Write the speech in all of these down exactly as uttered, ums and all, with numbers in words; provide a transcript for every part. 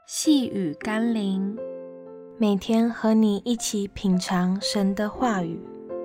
细雨甘霖，每天和你一起品尝神的话语，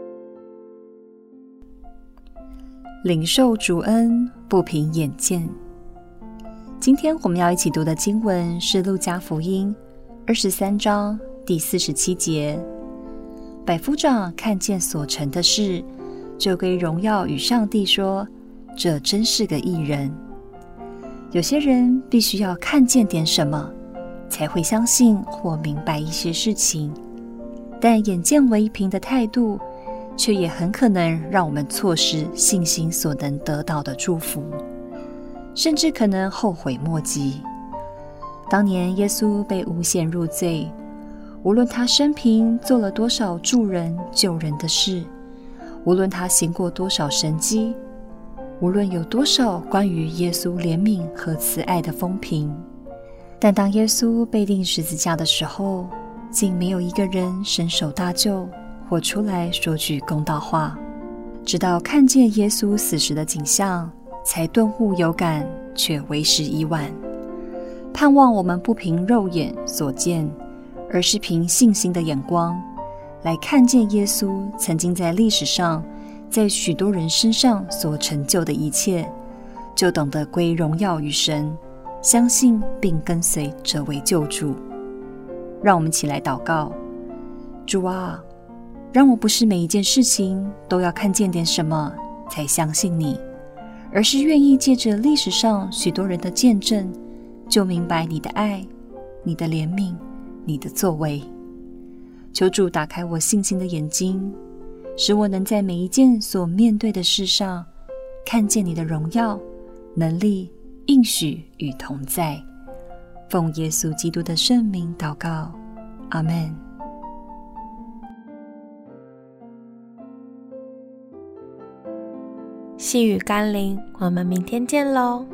领受主恩，不凭眼见。今天我们要一起读的经文是路加福音二十三章第四十七节。百夫长看见所成的事，就归荣耀与上帝说，这真是个义人。有些人必须要看见点什么，才会相信或明白一些事情，但眼见为凭的态度，却也很可能让我们错失信心所能得到的祝福，甚至可能后悔莫及。当年耶稣被诬陷入罪，无论他生平做了多少助人救人的事，无论他行过多少神迹，无论有多少关于耶稣怜悯和慈爱的风评，但当耶稣被钉十字架的时候，竟没有一个人伸手搭救或出来说句公道话。直到看见耶稣死时的景象，才顿悟有感，却为时已晚。盼望我们不凭肉眼所见，而是凭信心的眼光来看见耶稣曾经在历史上在许多人身上所成就的一切，就懂得归荣耀于神，相信并跟随这位救主。让我们起来祷告。主啊，让我不是每一件事情都要看见点什么才相信你，而是愿意借着历史上许多人的见证，就明白你的爱，你的怜悯，你的作为。求主打开我信心的眼睛，使我能在每一件所面对的事上看见你的荣耀、能力、应许与同在。奉耶稣基督的圣名祷告，阿们。 细雨甘霖，我们明天见喽。